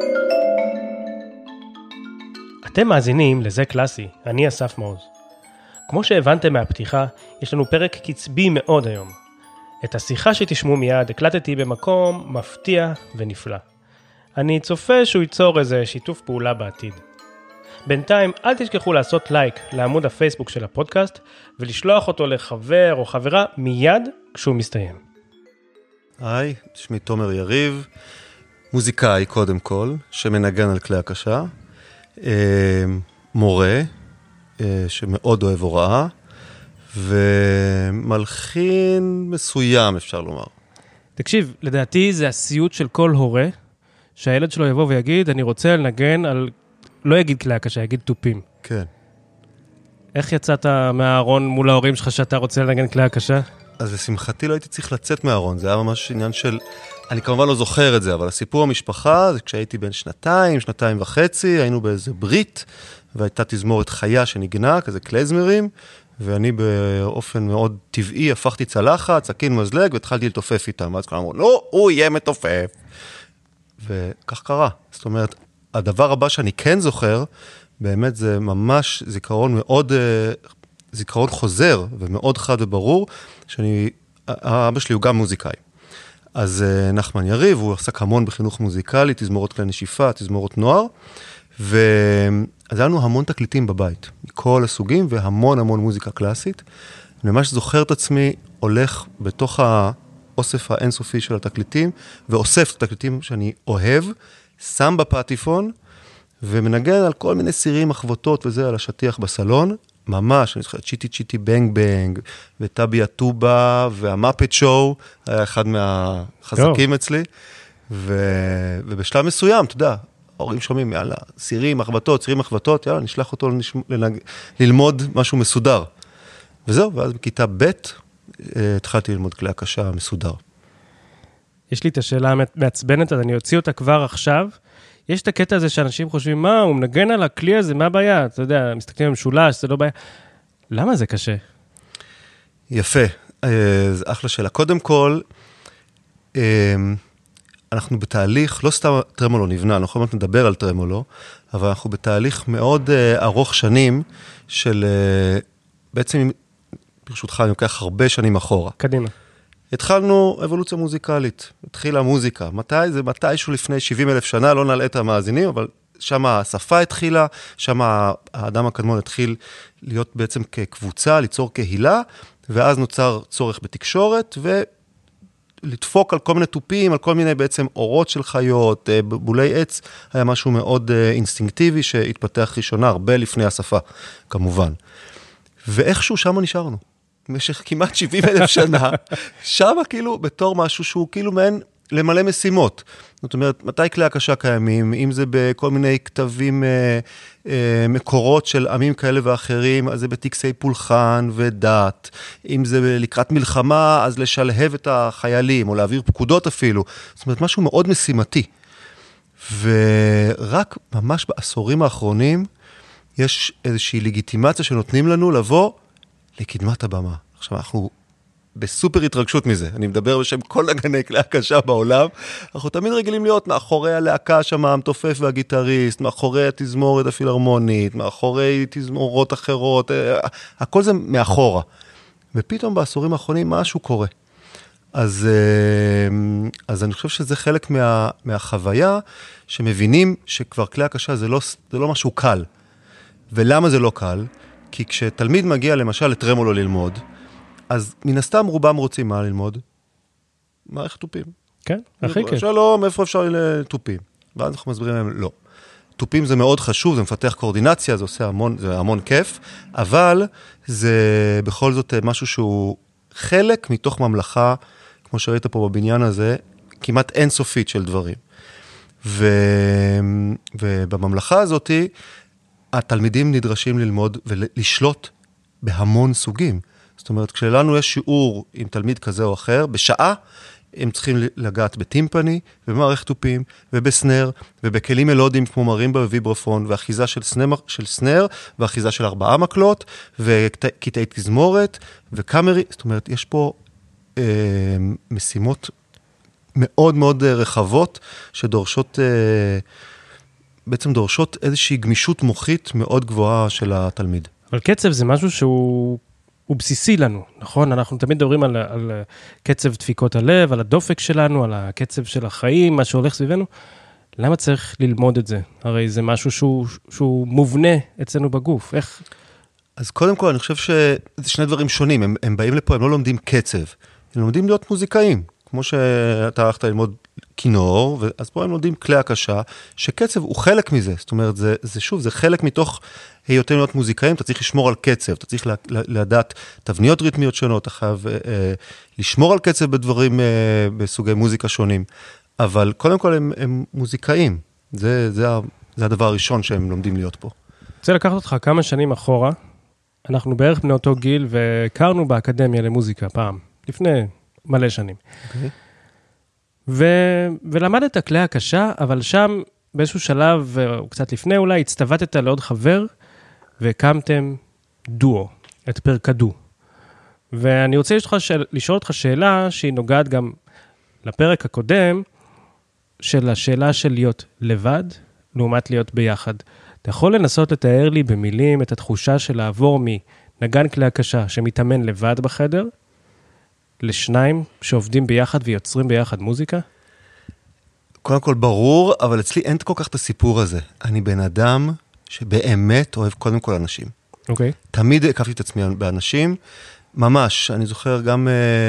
אתם מאזינים לזה קלאסי, אני אסף מעוז. כמו שהבנתם מהפתיחה, יש לנו פרק קצבי מאוד היום. את השיחה שתשמעו מיד הקלטתי במקום מפתיע ונפלא. אני צופה שהוא ייצור איזה שיתוף פעולה בעתיד. בינתיים אל תשכחו לעשות לייק לעמוד הפייסבוק של הפודקאסט, ולשלוח אותו לחבר או חברה מיד כשהוא מסתיים. היי, שמי תומר יריב, מוזיקאי קודם כל, שמנגן על כלי הקשה, מורה, שמאוד אוהב הוראה, ומלחין מסוים, אפשר לומר. תקשיב, לדעתי זה הסיוט של כל הורה, שהילד שלו יבוא ויגיד, אני רוצה לנגן על, לא יגיד כלי הקשה, יגיד טופים. כן. איך יצאת מהארון מול ההורים שלך שאתה רוצה לנגן כלי הקשה? אז לשמחתי לא הייתי צריך לצאת מהארון, זה היה ממש עניין של, אני כמובן לא זוכר את זה, אבל הסיפור המשפחה, זה כשהייתי בן שנתיים וחצי, היינו באיזה ברית, והייתה תזמורת חיה שנגנה, כזה קלזמרים, ואני באופן מאוד טבעי הפכתי צלחת, סכין מזלג, והתחלתי לתופף איתם, ואז כולם אמרו, לא, הוא יהיה מתופף. וכך קרה. זאת אומרת, הדבר הבא שאני כן זוכר, באמת זה ממש זיכרון מאוד, זיכרון חוזר, ומאוד חד וברור, האבא שלי הוא גם מוזיקאי. אז נחמן יריב, הוא עסק המון בחינוך מוזיקלי, תזמורות כלי נשיפה, תזמורות נוער, אז היה לנו המון תקליטים בבית, מכל הסוגים, והמון מוזיקה קלאסית. אני ממש זוכר את עצמי, הולך בתוך האוסף האינסופי של התקליטים, ואוסף את התקליטים שאני אוהב, שם בפטיפון, ומנגן על כל מיני סירים, מחבטות וזה, על השטיח בסלון, ממש, אני זוכר, צ'יטי צ'יטי בנג בנג, וטאבי הטובה, והמאפט שואו, היה אחד מהחזקים אצלי, ובשלב מסוים, אתה יודע, ההורים שומעים, יאללה, סירים, מחבטות, יאללה, נשלח אותו ללמוד משהו מסודר. וזהו, ואז בכיתה ב' התחלתי ללמוד כלי הקשה מסודר. יש לי את השאלה המעצבנת, אז אני אוציא אותה כבר עכשיו. יש את הקטע הזה שאנשים חושבים, מה, הוא מנגן על הכלי הזה, מה הבעיה? אתה יודע, מסתכלים במשולש, זה לא בעיה. למה זה קשה? יפה, זה אחלה שאלה. קודם כל, אנחנו בתהליך, לא סתם טרמולו נבנה, אנחנו יכולים לדבר על טרמולו, אבל אנחנו בתהליך מאוד ארוך שנים, של בעצם, ברשותך, אני לוקח הרבה שנים אחורה. קדימה. התחלנו אבולוציה מוזיקלית, התחילה מוזיקה. מתי? זה מתישהו לפני 70,000 שנה, לא נעלה את המאזינים, אבל שם השפה התחילה, שם האדם הקדמון התחיל להיות בעצם כקבוצה, ליצור קהילה, ואז נוצר צורך בתקשורת, ולדפוק על כל מיני טופים, על כל מיני בעצם אורות של חיות, בולי עץ, היה משהו מאוד אינסטינקטיבי, שהתפתח ראשונה הרבה לפני השפה, כמובן. ואיכשהו שם נשארנו. במשך כמעט 70,000 שנה, שם כאילו בתור משהו שהוא כאילו מעין למלא משימות. זאת אומרת, מתי כלי הקשה קיימים, אם זה בכל מיני כתבים מקורות של עמים כאלה ואחרים, אז זה בטקסי פולחן ודת, אם זה לקראת מלחמה, אז לשלהב את החיילים, או להעביר פקודות אפילו. זאת אומרת, משהו מאוד משימתי. ורק ממש בעשורים האחרונים, יש איזושהי לגיטימציה שנותנים לנו לבוא לקדמת הבמה. עכשיו, אנחנו בסופר התרגשות מזה. אני מדבר בשם כל נגני כלי הקשה בעולם. אנחנו תמיד רגילים להיות מאחורי הלהקה שם, המתופף והגיטריסט, מאחורי התזמורת הפילהרמונית, מאחורי תזמורות אחרות, הכל זה מאחורה. ופתאום בעשורים האחרונים משהו קורה. אז אני חושב שזה חלק מהחוויה, שמבינים שכבר כלי הקשה זה לא משהו קל. ולמה זה לא קל? כי כשתלמיד מגיע למשל לטרמולו ללמוד, אז מן הסתם רובם רוצים מה ללמוד? מערכת טופים. כן, הכי כן. שלום, איפה אפשר לטופים? ואז אנחנו מסבירים להם, לא. טופים זה מאוד חשוב, זה מפתח קואורדינציה, זה עושה המון כיף, אבל זה בכל זאת משהו שהוא חלק מתוך ממלכה, כמו שראית פה בבניין הזה, כמעט אינסופית של דברים. ובממלכה הזאת, התלמידים נדרשים ללמוד ולשלוט בהמון סוגים. זאת אומרת, כשלנו יש שיעור עם תלמיד כזה או אחר, בשעה הם צריכים לגעת בטימפני, במערכת טופים, ובסנר, ובכלים מלודיים כמו מרימבה וויברופון, ואחיזה של סנר, ואחיזה של 4 מקלות, וקטעי תזמורת, וקאמרי. זאת אומרת, יש פה משימות מאוד מאוד רחבות, שדורשות, בעצם דורשות איזושהי גמישות מוחית מאוד גבוהה של התלמיד. אבל קצב זה משהו שהוא בסיסי לנו, נכון? אנחנו תמיד מדברים על קצב דפיקות הלב, על הדופק שלנו, על הקצב של החיים, מה שהולך סביבנו. למה צריך ללמוד את זה? הרי זה משהו שהוא מובנה אצלנו בגוף. איך? אז קודם כל, אני חושב שזה שני דברים שונים. הם באים לפה, הם לא לומדים קצב. הם לומדים להיות מוזיקאים. כמו שאתה הלכת ללמוד כינור, אז פה הם לומדים כלי הקשה, שקצב הוא חלק מזה. זאת אומרת, זה חלק מתוך היותנו להיות מוזיקאים, אתה צריך לשמור על קצב, אתה צריך לדעת תבניות ריתמיות שונות, אתה חייב לשמור על קצב בדברים, בסוגי מוזיקה שונים. אבל קודם כל הם מוזיקאים. זה הדבר הראשון שהם לומדים להיות פה. רוצה לקחת אותך כמה שנים אחורה, אנחנו בערך בני אותו גיל, והכרנו באקדמיה למוזיקה פעם, לפני מלא שנים. אוקיי. ולמדת כלי הקשה, אבל שם באיזשהו שלב, קצת לפני אולי, הצטוותת לעוד חבר, והקמתם דואו, את פרקדו. ואני רוצה לשאול אותך שאלה, שהיא נוגעת גם לפרק הקודם, של השאלה של להיות לבד, לעומת להיות ביחד. אתה יכול לנסות לתאר לי במילים את התחושה של לעבור מנגן כלי הקשה, שמתאמן לבד בחדר, לשניים שעובדים ביחד ויוצרים ביחד מוזיקה? קודם כל ברור, אבל אצלי אין כל כך את הסיפור הזה. אני בן אדם שבאמת אוהב קודם כל אנשים. אוקיי. תמיד הקפתי את עצמי באנשים, ממש. אני זוכר גם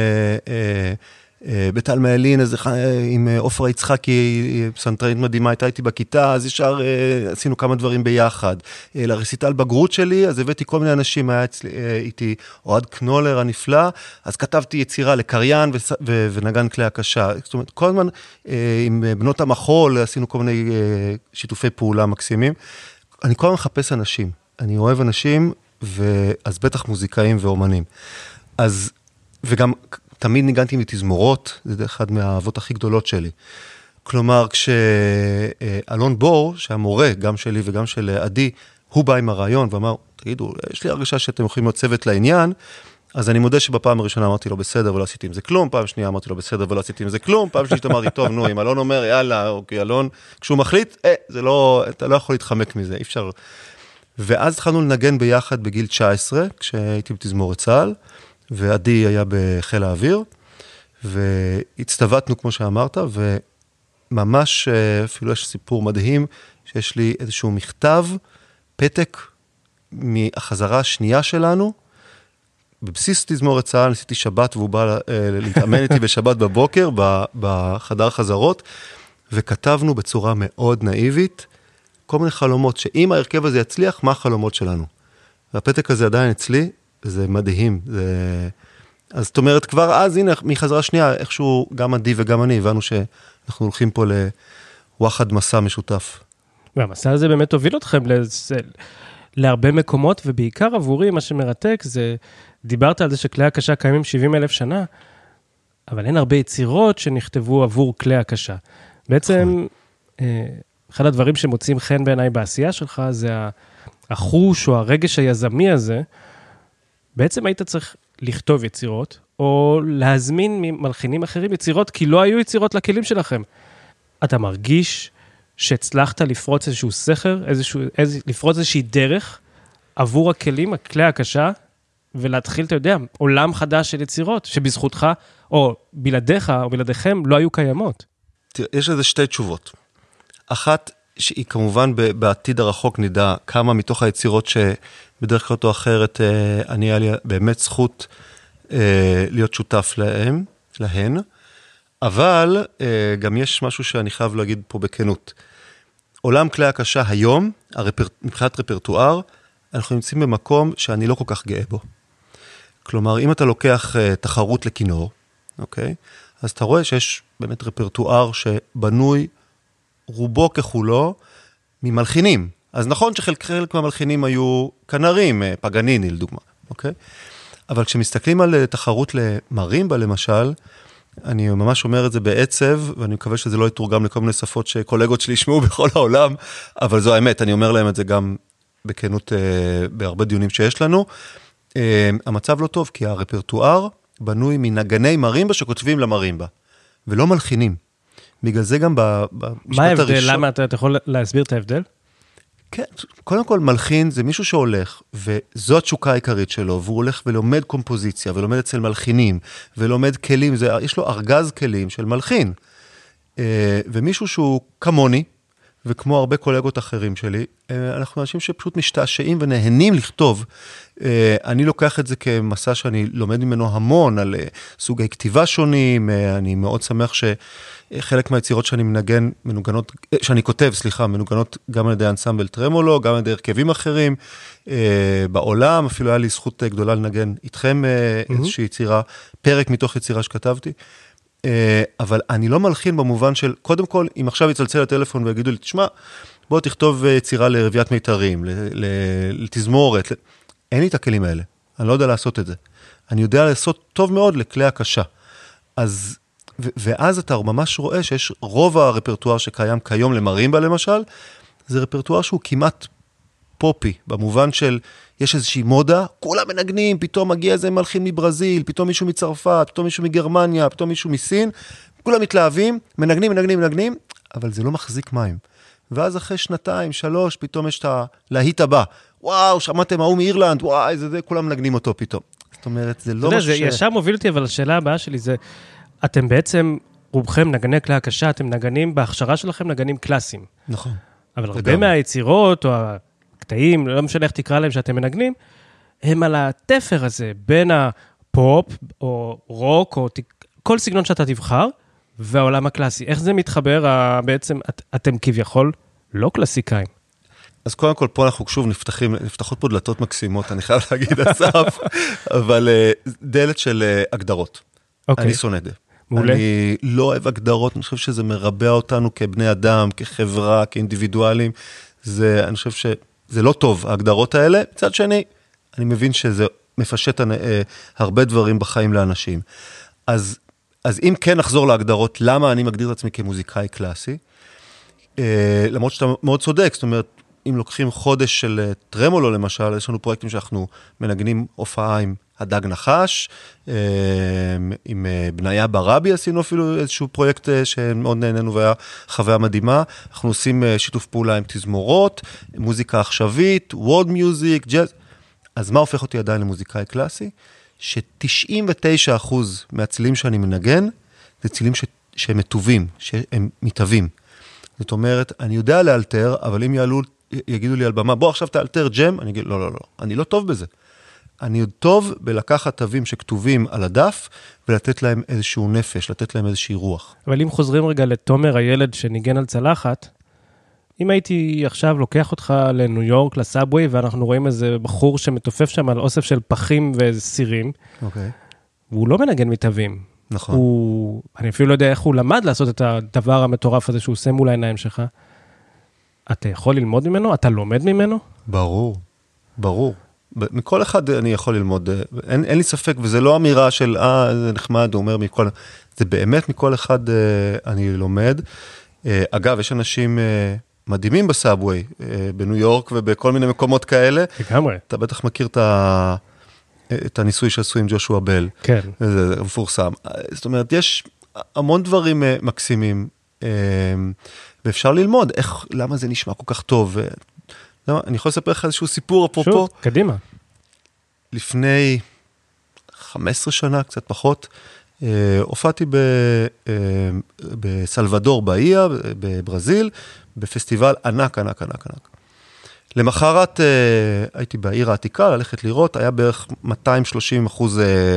בטל מאלין, עם עופרה יצחקי, פסנתרנית מדהימה, הייתה איתי בכיתה, אז ישר עשינו כמה דברים ביחד. לרסיטל בגרות שלי, אז הבאתי כל מיני אנשים, היה איתי אוהד קנולר הנפלא, אז כתבתי יצירה לקריין ונגן כלי הקשה. זאת אומרת, כל הזמן עם בנות המחול, עשינו כל מיני שיתופי פעולה מקסימים. אני כל הזמן מחפש אנשים. אני אוהב אנשים, אז בטח מוזיקאים ואומנים. אז, וגם תמיד ניגנתי מתזמורות, זה אחד מהאהבות הכי גדולות שלי. כלומר, כשאלון בור, שהמורה, גם שלי וגם של עדי, הוא בא עם הרעיון ואמר, תגידו, יש לי הרגשה שאתם יכולים להיות צוות לעניין, אז אני מודה שבפעם הראשונה אמרתי לו בסדר ולא עשיתי עם זה כלום, פעם שנייה אמרתי לו בסדר ולא עשיתי עם זה כלום, פעם שנייה אמרתי, טוב, נו, אם אלון אומר, יאללה, אוקיי, אלון, כשהוא מחליט, זה לא, אתה לא יכול להתחמק מזה, אי אפשר. ואז התחלנו לנגן ביחד בגיל 19, כשהייתי בתזמורת צה"ל, ועדי היה בחיל האוויר, והצטוותנו כמו שאמרת, וממש אפילו יש סיפור מדהים, שיש לי איזשהו מכתב, פתק, מהחזרה השנייה שלנו, בבסיס תזמורת צה"ל, ניסיתי שבת, והוא בא להתאמן איתי בשבת בבוקר, בחדר חזרות, וכתבנו בצורה מאוד נאיבית, כל מיני חלומות, שאם ההרכב הזה יצליח, מה החלומות שלנו? והפתק הזה עדיין אצלי, זה מדהים. אז זאת אומרת, כבר אז, הנה, מחזרה שנייה, איכשהו גם עדי וגם אני, הבנו שאנחנו הולכים פה לווחד מסע משותף. והמסע הזה באמת הוביל אתכם להרבה מקומות, ובעיקר עבורי, מה שמרתק, זה, דיברת על זה שכלי הקשה קיימים 70,000 שנה, אבל אין הרבה יצירות שנכתבו עבור כלי הקשה. בעצם, אחד הדברים שמוצאים חן בעיניי בעשייה שלך, זה החוש או הרגש היזמי הזה, בעצם היית צריך לכתוב יצירות, או להזמין ממלחינים אחרים יצירות, כי לא היו יצירות לכלים שלכם. אתה מרגיש שהצלחת לפרוץ איזשהו סכר, לפרוץ איזושהי דרך, עבור הכלים, הכלי הקשה, ולהתחיל, אתה יודע, עולם חדש של יצירות, שבזכותך, או בלעדיך, או בלעדיכם, לא היו קיימות. תראה, יש לזה שתי תשובות. אחת, שהיא כמובן בעתיד הרחוק נדע כמה מתוך היצירות שבדרך כלל או אחרת אני היה לי באמת זכות להיות שותף להן, אבל גם יש משהו שאני חייב להגיד פה בכנות. עולם כלי הקשה היום, מבחינת רפרטואר, אנחנו נמצאים במקום שאני לא כל כך גאה בו. כלומר, אם אתה לוקח תחרות לכינור, אוקיי? אז אתה רואה שיש באמת רפרטואר שבנוי רובו ככולו ממלחינים. אז נכון שחלק מהמלחינים היו כנרים, פגניני לדוגמה, אוקיי? אבל כשמסתכלים על תחרות למרימבה למשל, אני ממש אומר את זה בעצב, ואני מקווה שזה לא יתורגם לכל מיני שפות שקולגות שלי ישמעו בכל העולם, אבל זו האמת, אני אומר להם את זה גם בכנות בהרבה דיונים שיש לנו. המצב לא טוב, כי הרפרטואר בנוי מנגני מרימבה שכותבים למרימבה. ולא מלחינים. בגלל זה גם במשפט הראשון... מה ההבדל? למה אתה יכול להסביר את ההבדל? כן, קודם כל מלחין זה מישהו שהולך, וזו התשוקה העיקרית שלו, והוא הולך ולומד קומפוזיציה, ולומד אצל מלחינים, ולומד כלים, יש לו ארגז כלים של מלחין. ומישהו שהוא כמוני, וכמו הרבה קולגות אחרים שלי, אנחנו אנשים שפשוט משתעשעים ונהנים לכתוב. אני לוקח את זה כמסע שאני לומד ממנו המון על סוגי כתיבה שונים, אני מאוד שמח שחלק מהיצירות שאני מנוגנות, שאני כותב, מנוגנות גם על ידי אנסמבל טרמולו, גם על ידי הרכבים אחרים בעולם, אפילו היה לי זכות גדולה לנגן איתכם איזושהי יצירה, פרק מתוך יצירה שכתבתי. אבל אני לא מלחין במובן של, קודם כל, אם עכשיו יצלצל לטלפון ויגידו לי, תשמע, בוא תכתוב יצירה לרביית מיתרים, לתזמורת, אין לי את הכלים האלה, אני לא יודע לעשות את זה. אני יודע לעשות טוב מאוד לכלי הקשה. ואז אתה ממש רואה שיש רוב הרפרטואר שקיים כיום למרימבה למשל, זה רפרטואר שהוא כמעט פופי, במובן של יש איזושהי מודה, כולם מנגנים, פתאום מגיע איזה מלחין מברזיל, פתאום מישהו מצרפת, פתאום מישהו מגרמניה, פתאום מישהו מסין, כולם מתלהבים, מנגנים, אבל זה לא מחזיק מים. ואז אחרי 2, 3, פתאום יש את הלהיט הבא, וואו, שמעתם ההוא מאירלנד, וואו, איזה, כולם מנגנים אותו פתאום. זאת אומרת, זה לא משהו זה ישר מוביל אותי, אבל השאלה הבאה שלי זה, אתם בעצם, רובכם נגני כלי הקשה, אתם נגנים, בהכשרה שלכם נגנים קלאסיים. נכון. אבל הרבה מהיצירות, או הקטעים, לא משנה איך תקרא להם שאתם מנגנים, הם על התפר הזה, בין הפופ, או רוק, או כל סגנון שאתה תבחר, והעולם הקלאסי. איך זה מתחבר? בעצם אתם כביכול לא קלאסיקאים. אז קודם כל, פה אנחנו שוב נפתחות פה דלתות מקסימות, אני חייב להגיד אסף, אבל דלת של הגדרות. אני שונא את זה. אני לא אוהב הגדרות, אני חושב שזה מרבע אותנו כבני אדם, כחברה, כאינדיבידואלים. אני חושב שזה לא טוב, ההגדרות האלה. מצד שני, אני מבין שזה מפשט הרבה דברים בחיים לאנשים. אז אם כן נחזור להגדרות, למה אני מגדיר את עצמי כמוזיקאי קלאסי? למרות שאתה מאוד צודק, זאת אומרת, אם לוקחים חודש של טרמולו למשל, יש לנו פרויקטים שאנחנו מנגנים הופעה עם הדג נחש, עם בניה ברבי עשינו אפילו איזשהו פרויקט שמאוד נהנינו והיה חוויה מדהימה, אנחנו עושים שיתוף פעולה עם תזמורות, מוזיקה עכשווית, וולד מיוזיק, ג'אז, אז מה הופך אותי עדיין למוזיקאי קלאסי? ש99% מהצלילים שאני מנגן, זה צלילים שהם מטובים, שהם מתהווים. זאת אומרת, אני יודע לאלתר, אבל אם יגידו לי על במה, בוא עכשיו תאלתר ג'ם, אני אגיד, לא, אני לא טוב בזה. אני עוד טוב בלקחת תווים שכתובים על הדף, ולתת להם איזשהו נפש, לתת להם איזושהי רוח. אבל אם חוזרים רגע לתומר הילד שניגן על צלחת, אם הייתי עכשיו לוקח אותך לניו יורק, לסאבווי, ואנחנו רואים איזה בחור שמתופף שם על אוסף של פחים וסירים, והוא לא מנגן מתווים. נכון. אני אפילו לא יודע איך הוא למד לעשות את הדבר המטורף הזה שהוא עושה מול העיניים שלך. אתה יכול ללמוד ממנו? אתה לומד ממנו? ברור. מכל אחד אני יכול ללמוד, אין לי ספק, וזה לא אמירה של, זה נחמד, הוא אומר מכל, זה באמת מכל אחד אני לומד. אגב, יש אנשים מדהימים בסאבווי, בניו יורק ובכל מיני מקומות כאלה. לגמרי. אתה בטח מכיר את הניסוי שעשו עם ג'ושוע בל. כן. זה מפורסם. זאת אומרת, יש המון דברים מקסימים, ואפשר ללמוד למה זה נשמע כל כך טוב. אני יכול לספר לך איזשהו סיפור אפרופו. שוב, קדימה. לפני 15 שנה, קצת פחות, הופעתי בסלבדור באיה, בברזיל, בפסטיבל ענק. למחרת הייתי בעיר העתיקה, ללכת לראות, היה בערך 230%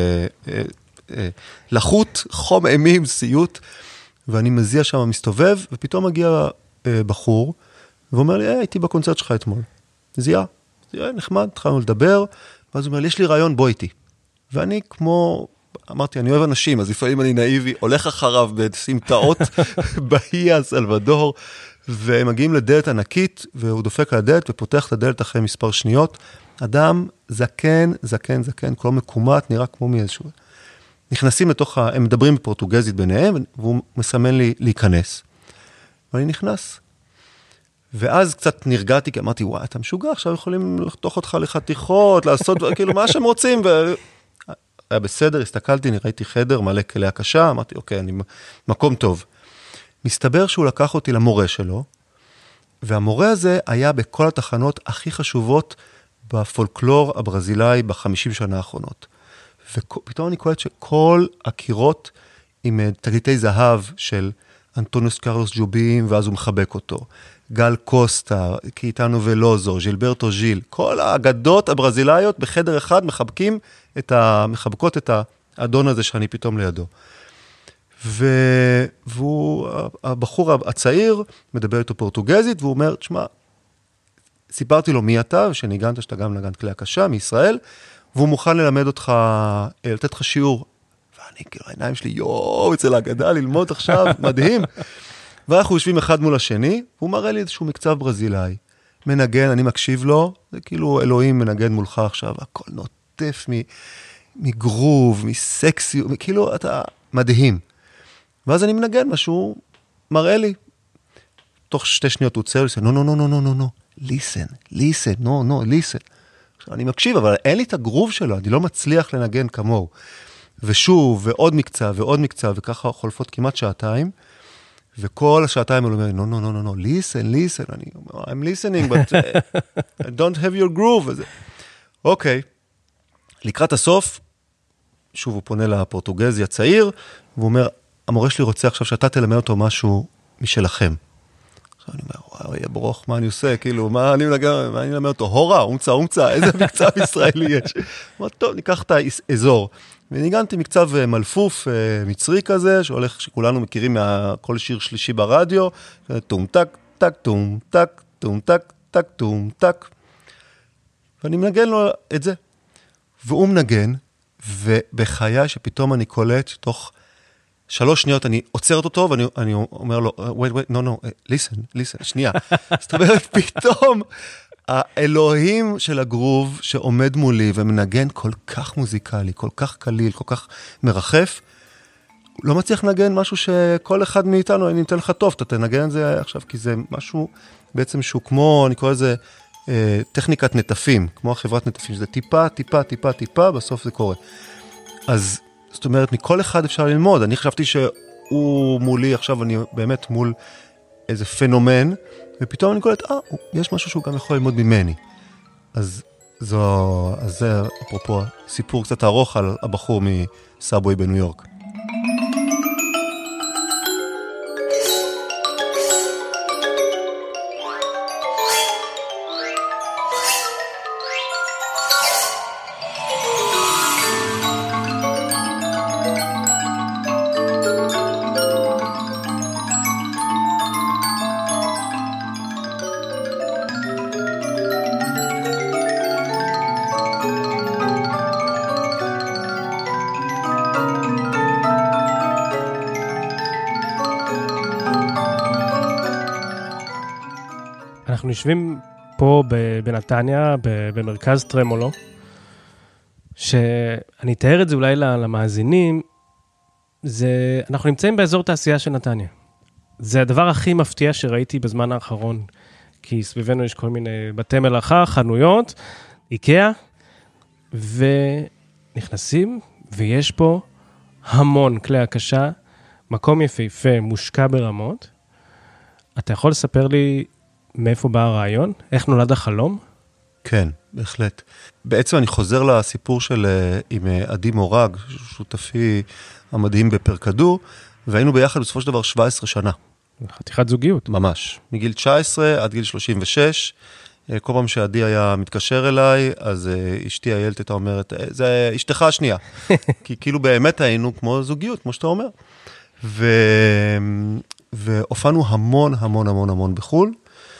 לחות, חום אימים, סיוט, ואני מזיע שם מסתובב, ופתאום מגיע בחור, ואומר לי, הייתי בקונצרט שלך אתמול. זיעה, נחמד, התחלנו לדבר, ואז הוא אומר לי, יש לי רעיון, בוא איתי. ואני אמרתי, אני אוהב אנשים, אז לפעמים אני נאיבי, הולך אחריו בסמטאות, באיה, סלבדור, והם מגיעים לדלת ענקית, והוא דופק על הדלת, ופותח את הדלת אחרי מספר שניות. אדם זקן, כל מקומט, נראה כמו מאיזשהו. נכנסים לתוך, הם מדברים בפורטוגזית ביניהם, והוא מסמן לי להיכנס. ואני נכנס. ואז קצת נרגעתי, כי אמרתי, וואי, אתה משוגע, עכשיו יכולים לחתוך אותך לחתיכות, לעשות, כאילו, מה שהם רוצים, היה בסדר, הסתכלתי, ראיתי חדר, מלא כלי הקשה, אמרתי, אוקיי, אני מקום טוב. מסתבר שהוא לקח אותי למורה שלו, והמורה הזה היה בכל התחנות הכי חשובות בפולקלור הברזילאי ב50 שנה האחרונות. ופתאום אני קולט שכל הקירות עם תגליתי זהב של אנטוניוס קרלוס ג'ובים, ואז הוא מחבק אותו. גל קוסטה, קיטאנו ולוזו, ז'ילברטו ז'יל, כל האגדות הברזילאיות בחדר אחד מחבקות את האדון הזה שאני פתאום לידו. והוא, הבחור הצעיר, מדבר איתו פורטוגזית, והוא אומר, תשמע, סיפרתי לו מי אתה, ושניגנת שאתה גם נגנת כלי הקשה מישראל, והוא מוכן ללמד אותך, לתת לך שיעור. ואני, כאילו, העיניים שלי, אצל האגדה, ללמוד עכשיו, מדהים. ואנחנו יושבים אחד מול השני, והוא מראה לי איזשהו מקצב ברזילאי. מנגן, אני מקשיב לו, זה כאילו אלוהים מנגן מולך עכשיו, הכל נוטף מגרוב, מסקסי, כאילו אתה מדהים. ואז אני מנגן משהו, מראה לי. תוך 2 שניות הוא צר, no, listen, listen. עכשיו, אני מקשיב, אבל אין לי את הגרוב שלו, אני לא מצליח לנגן כמוהו. ושוב, ועוד מקצב, וככה חולפות כמעט שעתיים, וכל השעתיים הוא אומר, no, listen, אני אומר, I'm listening, but I don't have your groove. אוקיי, לקראת הסוף, שוב הוא פונה לפורטוגזי הצעיר, והוא אומר, המורה שלי רוצה עכשיו שאתה תלמד אותו משהו משלכם. עכשיו אני אומר, וואו, יהיה ברוך, מה אני עושה? כאילו, מה אני אלמד אותו? הורה, אומצה, איזה מקצב ישראלי יש? אמר, טוב, ניקח את האזור. וניגנתי מקצב מלפוף, מצרי כזה, שהולך, שכולנו מכירים כל שיר שלישי ברדיו, טום טק, טק, טום טק, טום טק, טק, טום טק. ואני מנגן לו את זה. והוא מנגן, ובחיי שפתאום אני קולט, תוך 3 שניות אני עוצרת אותו, ואני אומר לו, wait, no, listen, שנייה. זאת אומרת, פתאום האלוהים של הגרוב שעומד מולי ומנגן כל כך מוזיקלי, כל כך קליל, כל כך מרחף, לא מצליח לנגן משהו שכל אחד מאיתנו, אני אתן לך טוב, אתה תנגן את זה עכשיו, כי זה משהו בעצם שהוא כמו, אני קורא לזה טכניקת נטפים, כמו חברת נטפים, שזה טיפה, בסוף זה קורה. אז זאת אומרת, מכל אחד אפשר ללמוד. אני חשבתי שהוא מולי, עכשיו אני באמת מול איזה פנומן, ופתאום אני קולט, יש משהו שהוא גם יכול ללמוד ממני. אז זה, אפרופו, סיפור קצת ארוך על הבחור מסאבווי בניו יורק. אנחנו יושבים פה בנתניה, במרכז טרמולו, שאני אתאר את זה אולי למאזינים, אנחנו נמצאים באזור תעשייה של נתניה. זה הדבר הכי מפתיע שראיתי בזמן האחרון, כי סביבנו יש כל מיני בתי מלאכה, חנויות, איקאה, ונכנסים, ויש פה המון כלי הקשה, מקום יפהפה, מושקע ברמות. אתה יכול לספר לי מאיפה בא הרעיון? איך נולד החלום? כן, בהחלט. בעצם אני חוזר לסיפור עם עדי מורג, שותפי המדהים בפרקדו, והיינו ביחד בסופו של דבר 17 שנה. חתיכת זוגיות. ממש. מגיל 19 עד גיל 36, כל פעם שעדי היה מתקשר אליי, אז אשתי הילד הייתה אומרת, זה אשתך השנייה. כי כאילו באמת היינו כמו זוגיות, כמו שאתה אומר. והופענו המון בחול,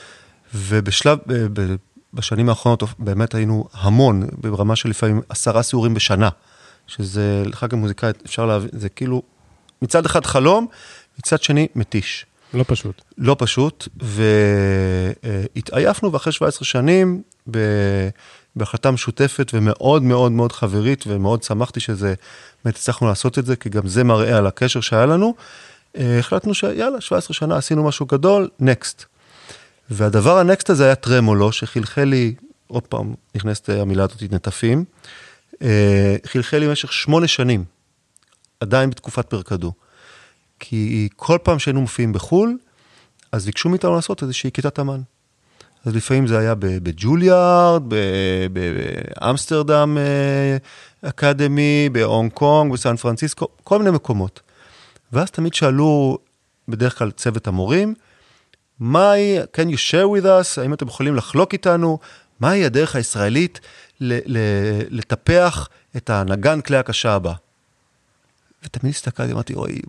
בשנים האחרונות באמת היינו המון, ברמה של לפעמים 10 סיורים בשנה, שזה לחג המוזיקאי, אפשר להבין, זה כאילו מצד אחד חלום, מצד שני מתיש. לא פשוט, והתעייפנו, ואחרי 17 שנים, בהחלטה משותפת ומאוד מאוד מאוד חברית, ומאוד שמחתי שזה, באמת הצלחנו לעשות את זה, כי גם זה מראה על הקשר שהיה לנו, החלטנו שיאללה, 17 שנה עשינו משהו גדול, נקסט. והדבר הנקסט הזה היה טרמולו, שחלחל לי, עוד פעם נכנסת המילה הזאת נטפים, חלחל לי במשך 8 שנים, עדיין בתקופת פרקדו. כי כל פעם שהיינו מופיעים בחול, אז ביקשו מאיתנו לעשות איזושהי כיתת אמן. אז לפעמים זה היה בג'וליארד, באמסטרדם אקדמי, בהונג קונג, בסן פרנסיסקו, כל מיני מקומות. ואז תמיד שאלו, בדרך כלל צוות המורים, can you share with us, האם אתם יכולים לחלוק איתנו, מהי הדרך הישראלית לטפח את הנגן כלי הקשה הבא? ותמיד הסתכלתי, אמרתי, אוי,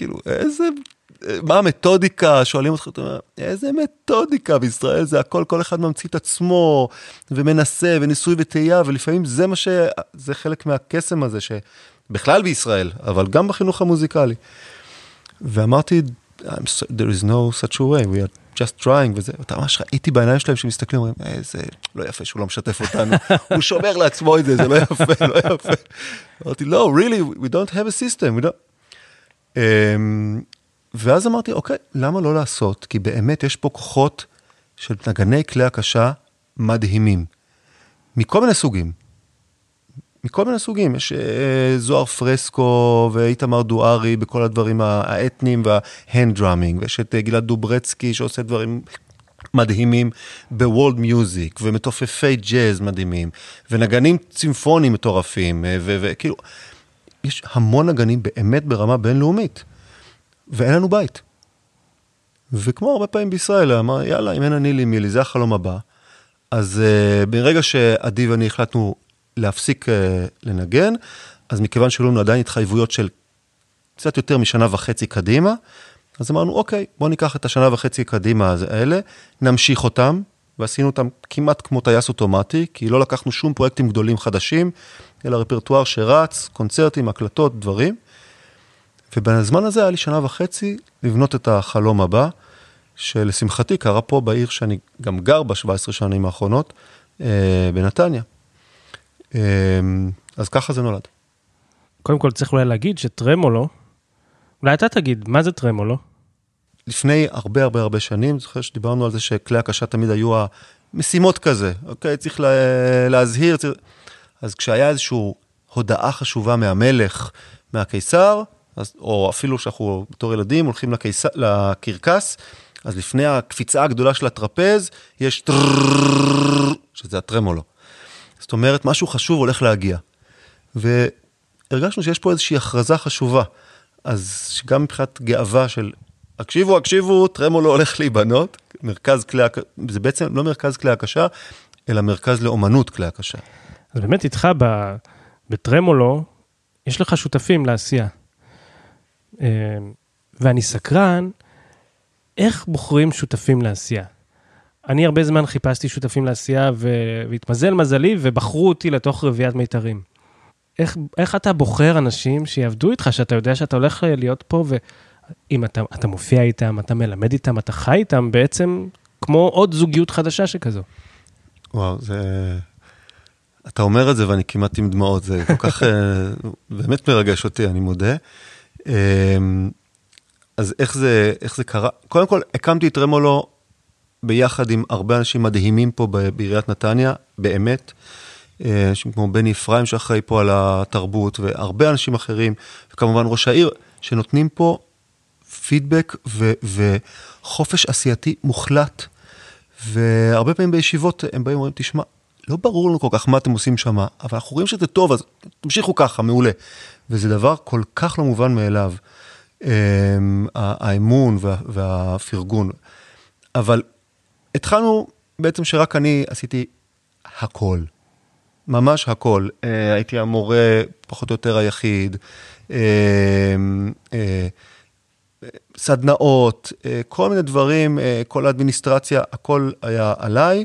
מה המתודיקה? שואלים אותך, איזה מתודיקה בישראל? זה הכל, כל אחד ממציא את עצמו, ומנסה, וניסוי וטעייה, ולפעמים זה חלק מהקסם הזה, שבכלל בישראל, אבל גם בחינוך המוזיקלי. ואמרתי, there is no such a way, we are just trying, וזה, ואתה ממש ראיתי בעיניים שלהם שמסתכלים, אומרים, זה לא יפה שהוא לא משתף אותנו, הוא שומר לעצמו את זה, זה לא יפה, לא יפה. אמרתי, לא, really, we don't have a system, we don't... ואז אמרתי, אוקיי, למה לא לעשות? כי באמת יש פה כוחות של נגני כלי הקשה מדהימים, מכל מיני סוגים. מכל מיני סוגים, יש זוהר פרסקו ואיתמר דוארי בכל הדברים האתניים וההנד דראמינג, ויש את גלעד דוברצקי שעושה דברים מדהימים בוולד מיוזיק, ומתופפי ג'אז מדהימים, ונגנים צימפונים מטורפים, וכאילו, יש המון נגנים באמת ברמה בינלאומית, ואין לנו בית. וכמו הרבה פעמים בישראל, אמר, יאללה, אם אין אני לי מילי, זה החלום הבא. אז ברגע שעדי ואני החלטנו להפסיק לנגן, אז מכיוון שהיו לנו עדיין התחייבויות של קצת יותר משנה וחצי קדימה, אז אמרנו, אוקיי, בוא ניקח את השנה וחצי קדימה האלה, נמשיך אותם, ועשינו אותם כמעט כמו טייס אוטומטי, כי לא לקחנו שום פרויקטים גדולים חדשים, אלא רפרטואר שרץ, קונצרטים, הקלטות, דברים, ובזמן הזה היה לי שנה וחצי לבנות את החלום הבא, שלשמחתי קרה פה בעיר שאני גם גר ב-17 שנים האחרונות, בנתניה. אז ככה זה נולד. קודם כל צריך אולי להגיד שטרמולו, אולי אתה תגיד, מה זה טרמולו? לפני הרבה שנים, זוכר שדיברנו על זה שכלי הקשה תמיד היו המשימות כזה, אוקיי, צריך להזהיר, אז כשהיה איזושהי הודעה חשובה מהמלך, מהקיסר, או אפילו שאנחנו בתור ילדים הולכים לקרקס, אז לפני הקפיצה הגדולה של הטרפז, יש שזה הטרמולו. זאת אומרת, משהו חשוב הולך להגיע. והרגשנו שיש פה איזושהי הכרזה חשובה. אז גם מבחינת גאווה של, הקשיבו, טרמולו הולך להיבנות, זה בעצם לא מרכז כלי הקשה, אלא מרכז לאומנות כלי הקשה. אז באמת איתך בטרמולו, יש לך שותפים לעשייה. ואני סקרן, איך בוחרים שותפים לעשייה? אני הרבה זמן חיפשתי שותפים לעשייה, והתמזל מזלי, ובחרו אותי לתוך רביעת מיתרים. איך אתה בוחר אנשים שיעבדו איתך, שאתה יודע שאתה הולך להיות פה, ואם אתה מופיע איתם, אתה מלמד איתם, אתה חי איתם, בעצם כמו עוד זוגיות חדשה שכזו. וואו, אתה אומר את זה, ואני כמעט עם דמעות, זה כל כך באמת מרגש אותי, אני מודה. אז איך זה קרה? קודם כל, הקמתי את טרמולו ביחד עם הרבה אנשים מדהימים פה בעיריית נתניה, באמת, אנשים כמו בני אפרים שאחראי פה על התרבות, והרבה אנשים אחרים, וכמובן ראש העיר, שנותנים פה פידבק וחופש עשייתי מוחלט, והרבה פעמים בישיבות הם באים ואומרים, תשמע, לא ברור לנו כל כך מה אתם עושים שם, אבל אנחנו רואים שזה טוב, אז תמשיכו ככה, מעולה. וזה דבר כל כך לא מובן מאליו, האמון והפרגון. אבל התחלנו בעצם שרק אני עשיתי הכל. ממש הכל. הייתי המורה פחות או יותר היחיד, סדנאות, כל מיני דברים, כל האדמיניסטרציה, הכל היה עליי,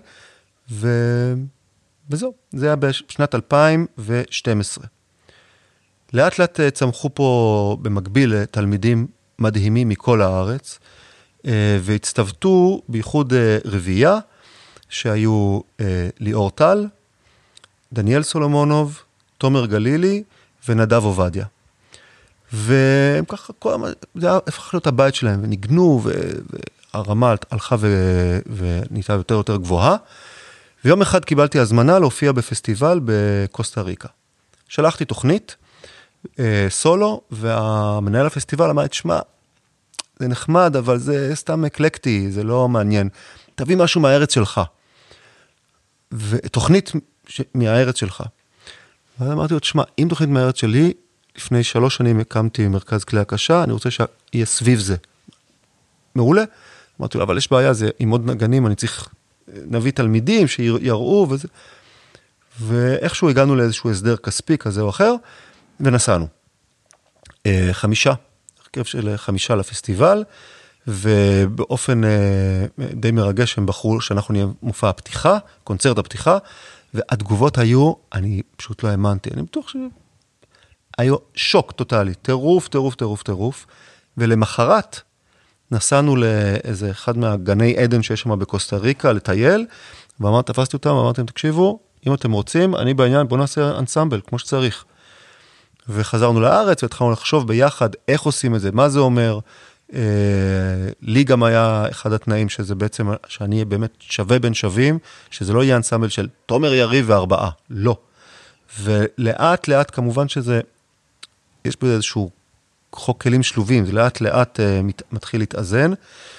וזהו, זה היה בשנת 2012. לאט לאט צמחו פה במקביל תלמידים מדהימים מכל הארץ, והצטוותו בייחוד רביעייה, שהיו ליאור טל, דניאל סולומונוב, תומר גלילי ונדב עובדיה. והם ככה, זה היה הפך להיות הבית שלהם, וניגנו, והרמה הלכה ונהייתה יותר גבוהה. ויום אחד קיבלתי הזמנה להופיע בפסטיבל בקוסטה ריקה, שלחתי תוכנית, סולו, והמנהל הפסטיבל אמר, תשמע, זה נחמד, אבל זה סתם אקלקטי, זה לא מעניין. תביא משהו מהארץ שלך. ותוכנית מהארץ שלך. ואז אמרתי לו, תשמע, אם תוכנית מהארץ שלי, לפני 3 שנים הקמתי מרכז כלי הקשה, אני רוצה שיהיה סביב זה. מעולה? אמרתי לו, אבל יש בעיה, זה עם עוד נגנים, אני צריך נביא תלמידים שיראו וזה. ואיכשהו הגענו לאיזשהו הסדר כספי כזה או אחר, ונסענו. 5, הרכב של 5 לפסטיבל, ובאופן די מרגש הם בחרו שאנחנו נהיה מופע הפתיחה, קונצרט הפתיחה, והתגובות היו, אני פשוט לא האמנתי, אני בטוח שהיו שוק טוטלי, טירוף, ולמחרת נסענו לאיזה אחד מהגני עדן שיש שם בקוסטה ריקה, לטייל, תפסתי אותם, אמרתם, תקשיבו, אם אתם רוצים, אני בעניין, בואו נעשה אנסמבל, כמו שצריך. וחזרנו לארץ, והתחלנו לחשוב ביחד איך עושים את זה, מה זה אומר. לי גם היה אחד התנאים שזה בעצם, שאני אהיה באמת שווה בין שווים, שזה לא יהיה אנסמבל של תומר יריב ו4, לא. ולאט לאט כמובן שזה, יש בזה איזשהו חוק כלים שלובים, זה לאט לאט מתחיל להתאזן,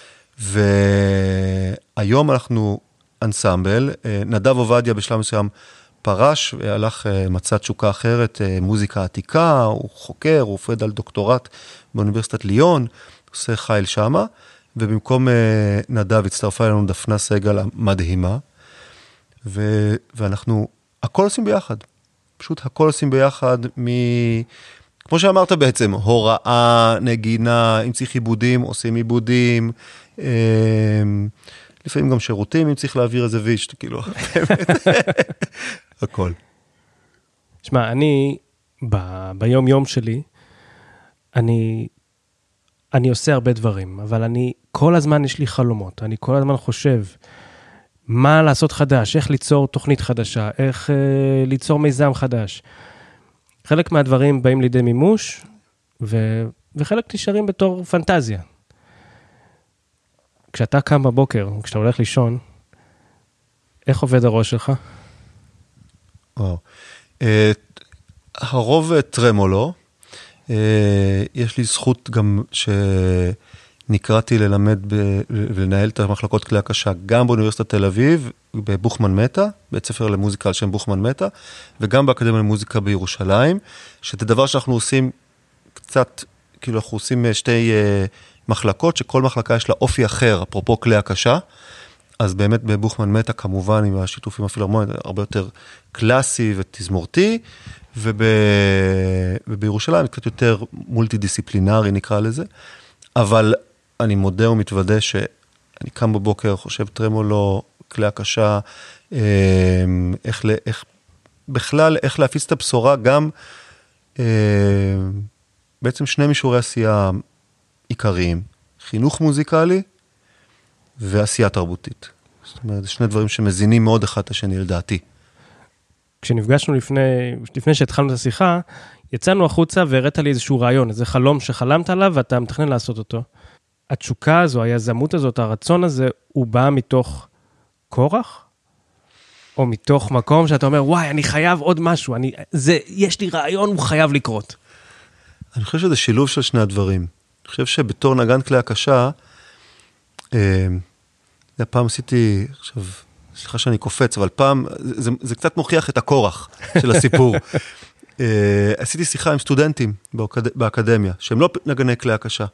והיום אנחנו אנסמבל, נדב עובדיה בשלב מסוים פרש, והלך מצא תשוקה אחרת, מוזיקה עתיקה, הוא חוקר, הוא עובד על דוקטורט באוניברסיטת ליון, עושה חייל שמה, ובמקום נדב הצטרפה אלינו דפנה סגל המדהימה, ואנחנו הכל עושים ביחד, פשוט הכל עושים ביחד, כמו שאמרת בעצם, הוראה, נגינה, אם צריך עיבודים, עושים עיבודים, לפעמים גם שירותים, אם צריך להעביר איזה ויש, כאילו, הכל. שמע, אני, ביום יום שלי, אני עושה הרבה דברים, אבל כל הזמן יש לי חלומות, אני כל הזמן חושב, מה לעשות חדש, איך ליצור תוכנית חדשה, איך ליצור מיזם חדש. חלק מהדברים באים לידי מימוש, וחלק נשארים בתור פנטזיה. כשאתה קם בבוקר, כשאתה הולך לישון, איך עובד הראש שלך? וואו. הרוב טרמולו, יש לי זכות גם שנקראתי ללמד ולנהל את המחלקות כלי הקשה, גם באוניברסיטת תל אביב, בבוכמן מטה, בית ספר למוזיקה על שם בוכמן מטה, וגם באקדמיה למוזיקה בירושלים, שזה דבר שאנחנו עושים קצת, כאילו אנחנו עושים 2 מחלקות, שכל מחלקה יש לה אופי אחר, אפרופו כלי הקשה, אז באמת בבוכמן מטה כמובן עם השיתופים הפילהרמוניים, הרבה יותר קלאסי ותזמורתי, ובירושלים קצת יותר מולטי-דיסציפלינרי נקרא לזה, אבל אני מודה ומתוודה שאני קם בבוקר, חושב טרמולו, כלי הקשה, בכלל, איך להפיץ את הבשורה, גם בעצם 2 מישורי עשייה עיקריים, חינוך מוזיקלי ועשייה תרבותית. זאת אומרת, זה 2 דברים שמזינים מאוד אחד את השני לדעתי. כשנפגשנו לפני שהתחלנו את השיחה, יצאנו החוצה והראית לי איזשהו רעיון, איזה חלום שחלמת עליו ואתה מתכנן לעשות אותו. התשוקה הזו, היזמות הזאת, הרצון הזה, הוא בא מתוך כורח? או מתוך מקום שאתה אומר, וואי, אני חייב עוד משהו, יש לי רעיון, הוא חייב לקרות. אני חושב שזה שילוב של 2 הדברים. אני חושב שבתור נגן כלי הקשה, פעם עשיתי, עכשיו, סליחה שאני קופץ, אבל פעם, זה קצת מוכיח את הכורח של הסיפור. עשיתי שיחה עם סטודנטים באקדמיה, שהם לא נגני כלי הקשה.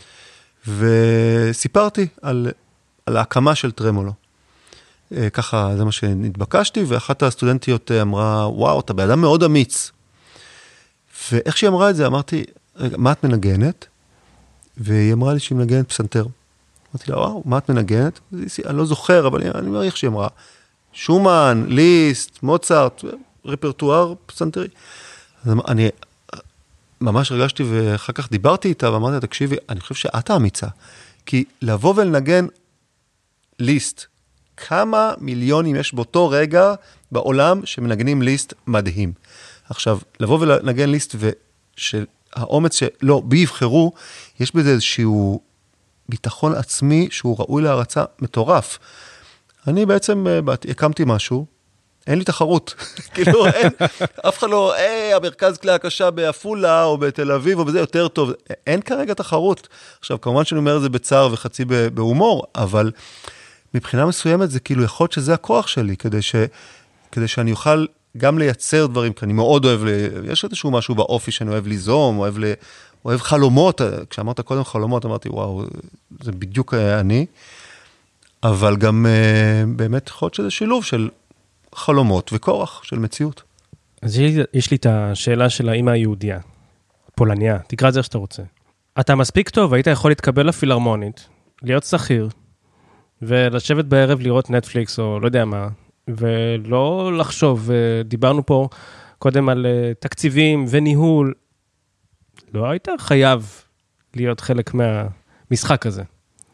וסיפרתי על ההקמה של טרמולו. ככה, זה מה שנתבקשתי, ואחת הסטודנטיות אמרה, וואו, אתה באדם מאוד אמיץ. ואיך שהיא אמרה את זה, אמרתי, רגע, מה את מנגנת? והיא אמרה לי שהיא מנגנת פסנתר. אמרתי לה, וואו, מה את מנגנת? אני לא זוכר, אבל אני מעריך שהיא אמרה, שומן, ליסט, מוצרט, רפרטואר פסנתרי. אז אני ממש רגשתי, ואחר כך דיברתי איתה, ואמרתי לה, תקשיבי, אני חושב שאת האמיצה, כי לבוא ולנגן ליסט, כמה מיליונים יש באותו רגע בעולם שמנגנים ליסט מדהים. עכשיו, לבוא ולנגן ליסט ושהאומץ שלא, בי יבחרו, יש בזה איזשהו ביטחון עצמי שהוא ראוי להרצה מטורף. אני בעצם הקמתי משהו, אין לי תחרות. כאילו, אף אחד לא, המרכז כלי הקשה בעפולה, או בתל אביב, או בזה יותר טוב. אין כרגע תחרות. עכשיו, כמובן שאני אומר את זה בצער וחצי בהומור, אבל מבחינה מסוימת זה כאילו יכול להיות שזה הכוח שלי, כדי שאני אוכל גם לייצר דברים, כי אני מאוד אוהב, יש איזשהו משהו באופי שאני אוהב ליזום, אוהב חלומות, כשאמרת קודם חלומות, אמרתי, וואו, זה בדיוק אני, אבל גם באמת יכול להיות שזה שילוב של חלומות וכורח של מציאות. אז יש לי את השאלה של האמא היהודיה, פולניה, תקרא את זה שאתה רוצה. אתה מספיק טוב, היית יכול להתקבל לפילהרמונית, להיות שכיר, ולשבת בערב לראות נטפליקס או לא יודע מה, ולא לחשוב, דיברנו פה קודם על תקציבים וניהול, לא היית חייב להיות חלק מהמשחק הזה.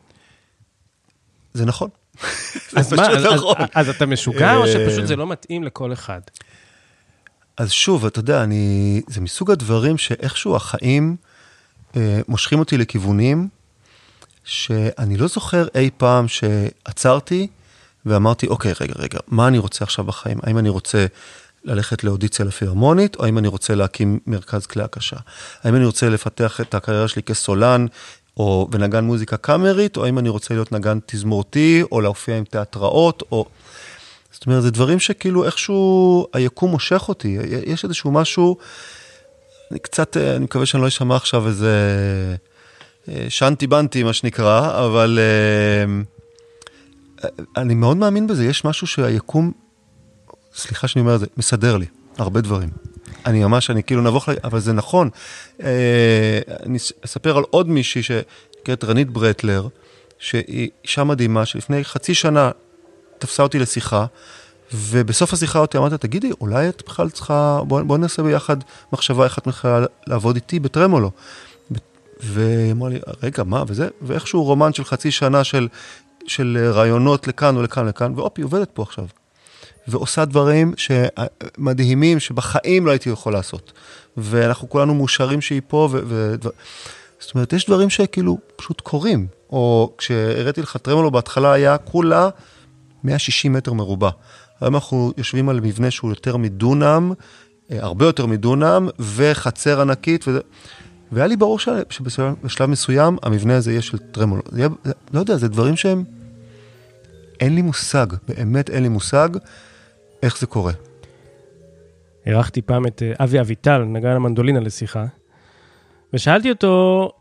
זה נכון. אז אתה משוגע או שפשוט זה לא מתאים לכל אחד? אז שוב, אתה יודע, זה מסוג הדברים שאיכשהו החיים מושכים אותי לכיוונים, שאני לא זוכר אי פעם שעצרתי ואמרתי, אוקיי, רגע, מה אני רוצה עכשיו בחיים? האם אני רוצה ללכת לאודיציה לפילהרמונית, או האם אני רוצה להקים מרכז כלי הקשה? האם אני רוצה לפתח את הקריירה שלי כסולן, ונגן מוזיקה קאמרית, או האם אני רוצה להיות נגן תזמורתי, או להופיע עם תיאטראות, או... זאת אומרת, זה דברים שכאילו איכשהו היקום מושך אותי. יש איזשהו משהו, אני מקווה שאני לא אשמע עכשיו איזה שנתי בנתי, מה שנקרא, אבל אני מאוד מאמין בזה. יש משהו שהיקום, סליחה שאני אומר את זה, מסדר לי הרבה דברים. אני כאילו נבוך, אבל זה נכון. אני אספר על עוד מישהי שקראת רנית ברטלר, שהיא אישה מדהימה, שלפני חצי שנה תפסה אותי לשיחה, ובסוף השיחה אותי אמרת, תגידי, אולי את בכלל צריכה, בוא נעשה ביחד מחשבה, איך את בכלל לעבוד איתי בטרמולו. ואמרה לי, רגע, מה, וזה? ואיכשהו רומן של חצי שנה של רעיונות לכאן ולכאן, ואופי, עובדת פה עכשיו. ועושה דברים שמדהימים, שבחיים לא הייתי יכול לעשות. ואנחנו כולנו מאושרים שהיא פה, זאת אומרת, יש דברים שכאילו פשוט קורים. או כשהראיתי לך טרמולו, בהתחלה היה כולה 160 מטר מרובע. היום אנחנו יושבים על מבנה שהוא יותר מדונם, הרבה יותר מדונם, וחצר ענקית, והיה לי ברור שבשלב מסוים, המבנה הזה יהיה של טרמולו. לא יודע, זה דברים שהם, אין לי מושג, באמת אין לי מושג, איך זה קורה. ערכתי פעם את אבי אביטל, נגן המנדולינה לשיחה, ושאלתי אותו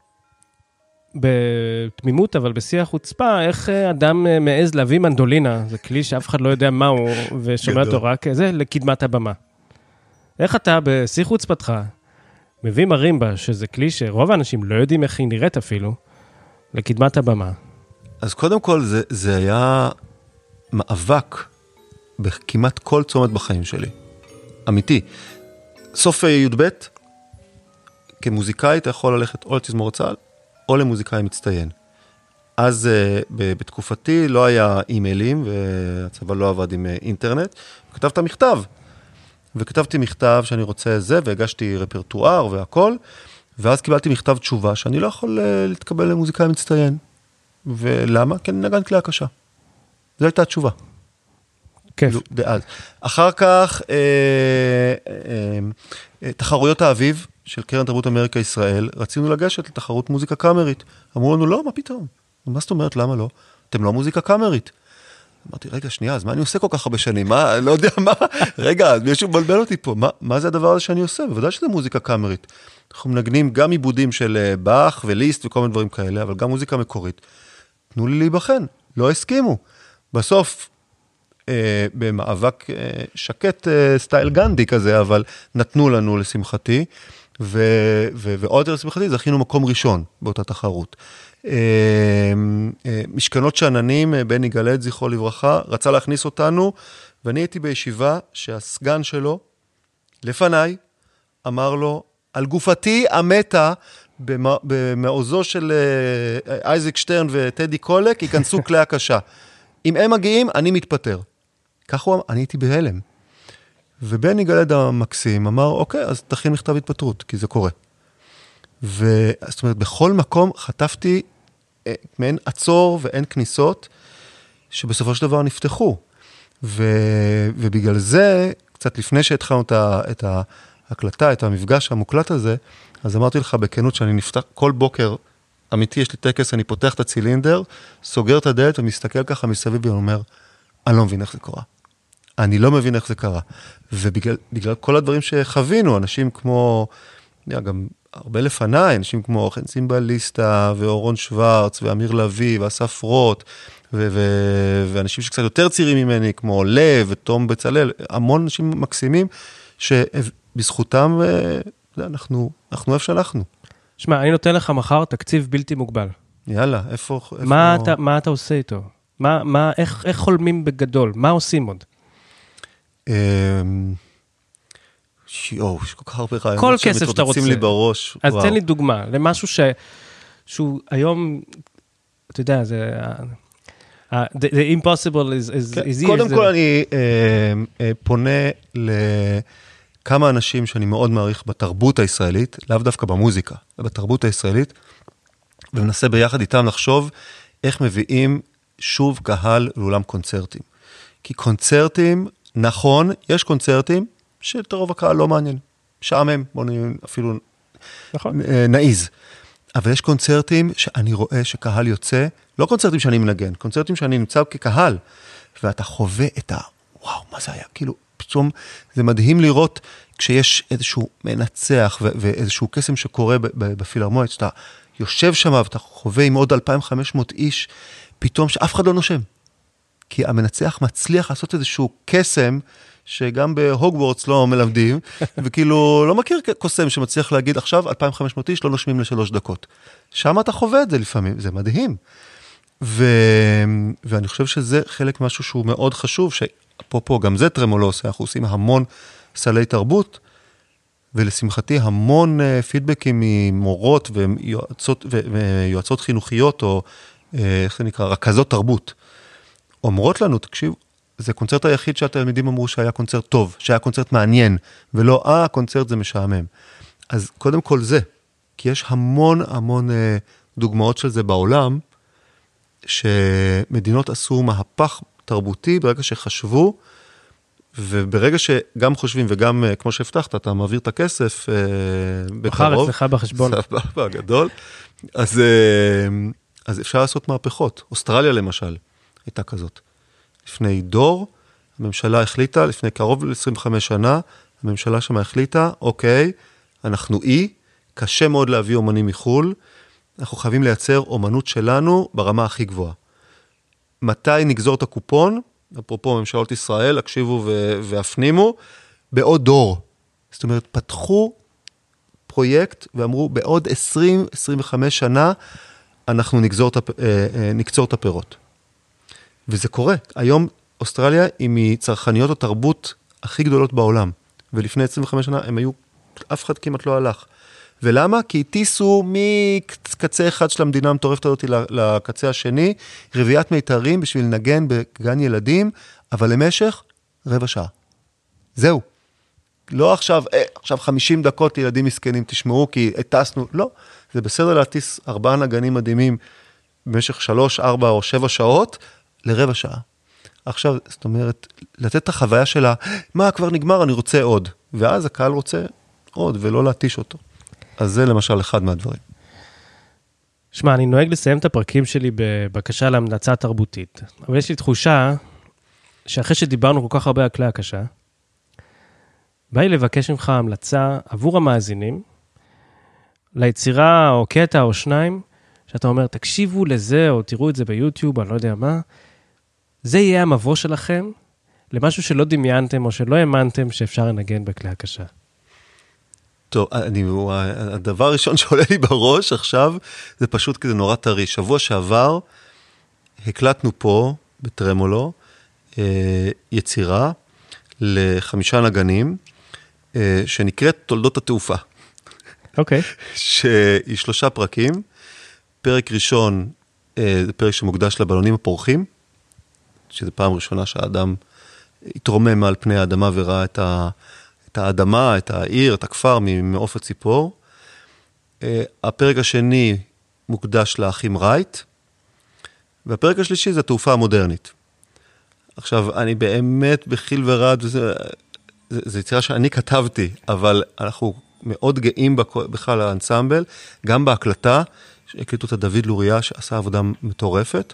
בתמימות, אבל בשיא החוצפה, איך אדם מעז להביא מנדולינה, זה כלי שאף אחד לא יודע מהו, ושומע אותו רק זה, לקדמת הבמה. איך אתה בשיא חוצפתך, מביא מרימבה, שזה כלי שרוב האנשים לא יודעים איך היא נראית אפילו, לקדמת הבמה. אז קודם כל, זה היה מאבק בכמעט כל צומת בחיים שלי. אמיתי. סוף י"ב, כמוזיקאי אתה יכול ללכת או לתזמורת צה"ל, או למוזיקאי מצטיין. אז בתקופתי לא היה אימיילים, והצבא לא עבד עם אינטרנט, וכתבת מכתב. וכתבתי מכתב שאני רוצה זה, והגשתי רפרטואר והכל, ואז קיבלתי מכתב תשובה שאני לא יכול להתקבל למוזיקאי מצטיין. ולמה? כי אני נגן כלי הקשה. זו הייתה התשובה. כיף. דאז. אחר כך, תחרויות האביב של קרן תרבות אמריקה ישראל, רצינו לגשת לתחרות מוזיקה קאמרית. אמרו לנו, לא, מה פתאום? מה זאת אומרת, למה לא? אתם לא מוזיקה קאמרית. אמרתי, רגע, שנייה, אז מה אני עושה כל כך הרבה שנים? מה, לא יודע מה, רגע, מישהו מבלבל אותי פה, מה זה הדבר הזה שאני עושה? בוודאי שזה מוזיקה קאמרית. אנחנו מנגנים גם עיבודים של באך וליסט וכל מיני דברים כאלה, אבל גם מוזיקה מקורית. תנו לי להיבחן, לא הסכימו. בסוף, במאבק שקט סטייל גנדי כזה, אבל נתנו לנו לשמחתי, ועוד יותר לשמחתי, זכינו מקום ראשון באותה תחרות. משכנות שעננים, בני גלד, זכרו לברכה, רצה להכניס אותנו, ואני הייתי בישיבה שהסגן שלו, לפניי, אמר לו, על גופתי המתה, במעוזו של אייזק שטרן וטדי קולק, ייכנסו כלי הקשה. אם הם מגיעים, אני מתפטר. כך הוא אמר, אני הייתי בהלם. ובני גלד המקסים אמר, אוקיי, אז תכין מכתב התפטרות, כי זה קורה. זאת אומרת, בכל מקום חטפתי מעין עצור ואין כניסות, שבסופו של דבר נפתחו. ובגלל זה, קצת לפני שהתחלנו את ההקלטה, את המפגש המוקלט הזה, אז אמרתי לך בכנות שאני נפתח כל בוקר, אמיתי, יש לי טקס, אני פותח את הצילינדר, סוגר את הדלת ומסתכל ככה מסביב ואומר, אני לא מבין איך זה קורה. אני לא מבין איך זה קרה. ובגלל כל הדברים שחווינו, אנשים כמו, גם הרבה לפניי, אנשים כמו חן צימבליסטה, ואורון שוורץ, ואמיר לוי, ואסף רוט, ואנשים שקצת יותר צעירים ממני, כמו לב ותום בצלל, המון אנשים מקסימים, שבזכותם אנחנו איפה שאנחנו. שמע, אני נותן לך מחר תקציב בלתי מוגבל. יאללה, איפה... מה אתה עושה איתו? איך חולמים בגדול? מה עושים עוד? יש כל כך הרבה רעיונות כל כסף שאתה רוצה. שמתרוצצים לי בראש. אז תן לי דוגמה, למשהו שהוא היום, אתה יודע, זה... The impossible is easy. קודם כל אני פונה לכמה אנשים שאני מאוד מעריך בתרבות הישראלית, לאו דווקא במוזיקה, בתרבות הישראלית, ומנסה ביחד איתם לחשוב איך מביאים שוב קהל לאולם קונצרטים. כי קונצרטים, נכון, יש קונצרטים שאת רוב הקהל לא מעניין, שעמם, בוא אפילו נעיז. אבל יש קונצרטים שאני רואה שקהל יוצא, לא קונצרטים שאני מנגן, קונצרטים שאני נמצא כקהל, ואתה חווה את וואו, מה זה היה? כאילו, פתאום זה מדהים לראות כשיש איזשהו מנצח ואיזשהו קסם שקורה בפילהרמונית, שאתה יושב שם ואתה חווה עם עוד 2,500 איש, פתאום שאף אחד לא נושם. כי המנצח מצליח לעשות איזשהו קסם, שגם בהוגוורטס לא מלמדים, וכאילו לא מכיר קוסם שמצליח להגיד, עכשיו 2,500 איש לא נושמים ל3 דקות. שם אתה חווה את זה לפעמים, זה מדהים. ואני חושב שזה חלק משהו שהוא מאוד חשוב, שפה גם זה טרמולו עושה, אנחנו עושים המון סלי תרבות, ולשמחתי המון פידבקים ממורות ויועצות חינוכיות, או איך זה נקרא, רכזות תרבות. אומרות לנו, תקשיב, זה קונצרט היחיד שהתלמידים אמרו שהיה קונצרט טוב, שהיה קונצרט מעניין, ולא, הקונצרט זה משעמם. אז קודם כל זה, כי יש המון דוגמאות של זה בעולם, שמדינות עשו מהפך תרבותי ברגע שחשבו, וברגע שגם חושבים וגם, כמו שהבטחת, אתה מעביר את הכסף בקרוב. מחר אצלך בחשבון. סבבה, גדול. אז אפשר לעשות מהפכות. אוסטרליה למשל, הייתה כזאת. לפני דור, הממשלה החליטה, לפני קרוב ל-25 שנה, הממשלה שמה החליטה, אוקיי, אנחנו קשה מאוד להביא אומנים מחול, אנחנו חייבים לייצר אומנות שלנו ברמה הכי גבוהה. מתי נגזור את הקופון? אפרופו ממשלות ישראל, הקשיבו והפנימו, בעוד דור. זאת אומרת, פתחו פרויקט ואמרו, בעוד 20-25 שנה, אנחנו נקצור את הפירות. וזה קורה. היום אוסטרליה היא מצרכניות התרבות הכי גדולות בעולם. ולפני 25 שנה הם היו, אף אחד כמעט לא הלך. ולמה? כי טיסו מקצה אחד של המדינה המטורפת הזאת לקצה השני, רביעיית מיתרים בשביל לנגן בגן ילדים, אבל למשך רבע שעה. זהו. לא עכשיו 50 דקות ילדים מסכנים תשמעו, כי הטסנו, לא. זה בסדר להטיס 4 נגנים מדהימים במשך 3, 4 או 7 שעות, לרבע שעה. עכשיו, זאת אומרת, לתת את החוויה שלה, מה, כבר נגמר, אני רוצה עוד. ואז הקהל רוצה עוד, ולא להתיש אותו. אז זה למשל אחד מהדברים. שמע, אני נוהג לסיים את הפרקים שלי בבקשה להמלצה תרבותית, אבל יש לי תחושה שאחרי שדיברנו כל כך הרבה על כלי הקשה, בא לי לבקש ממך המלצה עבור המאזינים, ליצירה או קטע או שניים, שאתה אומר, תקשיבו לזה או תראו את זה ביוטיוב, אני לא יודע מה, זה יהיה המבוא שלכם למשהו שלא דמיינתם או שלא האמנתם שאפשר לנגן בכלי הקשה. טוב, הדבר הראשון שעולה לי בראש עכשיו, זה פשוט כזה נורא טרי. שבוע שעבר, הקלטנו פה, בטרמולו, יצירה ל5 נגנים, שנקראת תולדות התעופה. אוקיי. שהיא 3 פרקים. פרק ראשון, זה פרק שמוקדש לבלונים הפורחים, שזו פעם ראשונה שהאדם התרומם מעל פני האדמה וראה את האדמה, את העיר, את הכפר ממעוף הציפור. הפרק השני מוקדש לאחים רייט, והפרק השלישי זה התעופה המודרנית. עכשיו, אני באמת בחיל ורד, זה יצירה שאני כתבתי, אבל אנחנו מאוד גאים בכלל האנסמבל, גם בהקלטה, שהקליטו את דוד לוריה, שעשה עבודה מטורפת,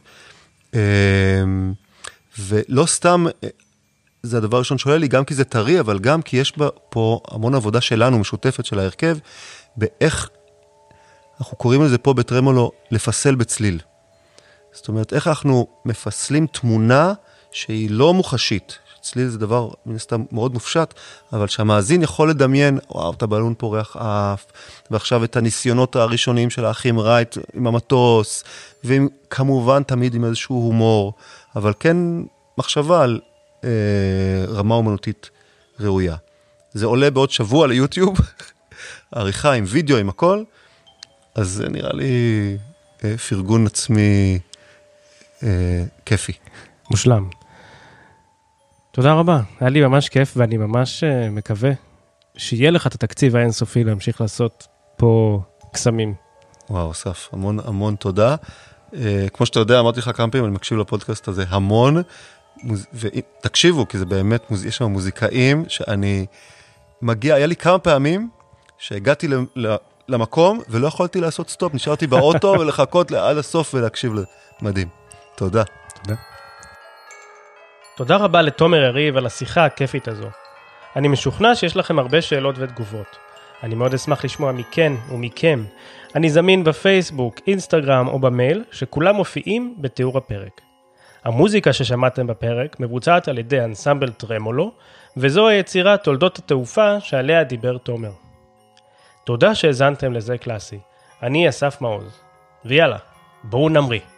ולא סתם, זה הדבר הראשון שעולה לי, גם כי זה טרי, אבל גם כי יש פה המון עבודה שלנו, משותפת של ההרכב, באיך, אנחנו קוראים לזה פה בטרמולו, לפסל בצליל. זאת אומרת, איך אנחנו מפסלים תמונה שהיא לא מוחשית. צליל זה דבר, מן הסתם, מאוד מופשט, אבל שהמאזין יכול לדמיין, וואו, את הבלון פורח אף, ועכשיו את הניסיונות הראשוניים של האחים רייט עם המטוס, וכמובן תמיד עם איזשהו הומור, אבל כן מחשבה על רמה אומנותית ראויה. זה עולה בעוד שבוע ליוטיוב, עריכה עם וידאו, עם הכל, אז זה נראה לי פרגון עצמי כיפי. מושלם. תודה רבה, היה לי ממש כיף, ואני ממש מקווה שיהיה לך את התקציב האינסופי להמשיך לעשות פה קסמים. וואו, אסף, המון המון תודה. כמו שאתה יודע, אמרתי לך כמה פעמים, אני מקשיב לפודקאסט הזה המון, ותקשיבו, כי זה באמת, יש שם מוזיקאים שאני מגיע, היה לי כמה פעמים שהגעתי למקום, ולא יכולתי לעשות סטופ, נשארתי באוטו ולחכות עד הסוף ולהקשיב לזה. מדהים. תודה. תודה. תודה רבה לתומר יריב על השיחה הכיפית הזו. אני משוכנע שיש לכם הרבה שאלות ותגובות. אני מאוד אשמח לשמוע מכן ומכם. אני זמין בפייסבוק, אינסטגרם או במייל, שכולם מופיעים בתיאור הפרק. המוזיקה ששמעתם בפרק מבוצעת על ידי אנסמבל טרמולו, וזו היצירה תולדות התעופה שעליה דיבר תומר. תודה שהזנתם לזה קלאסי. אני אסף מעוז. ויאללה, בואו נמריא.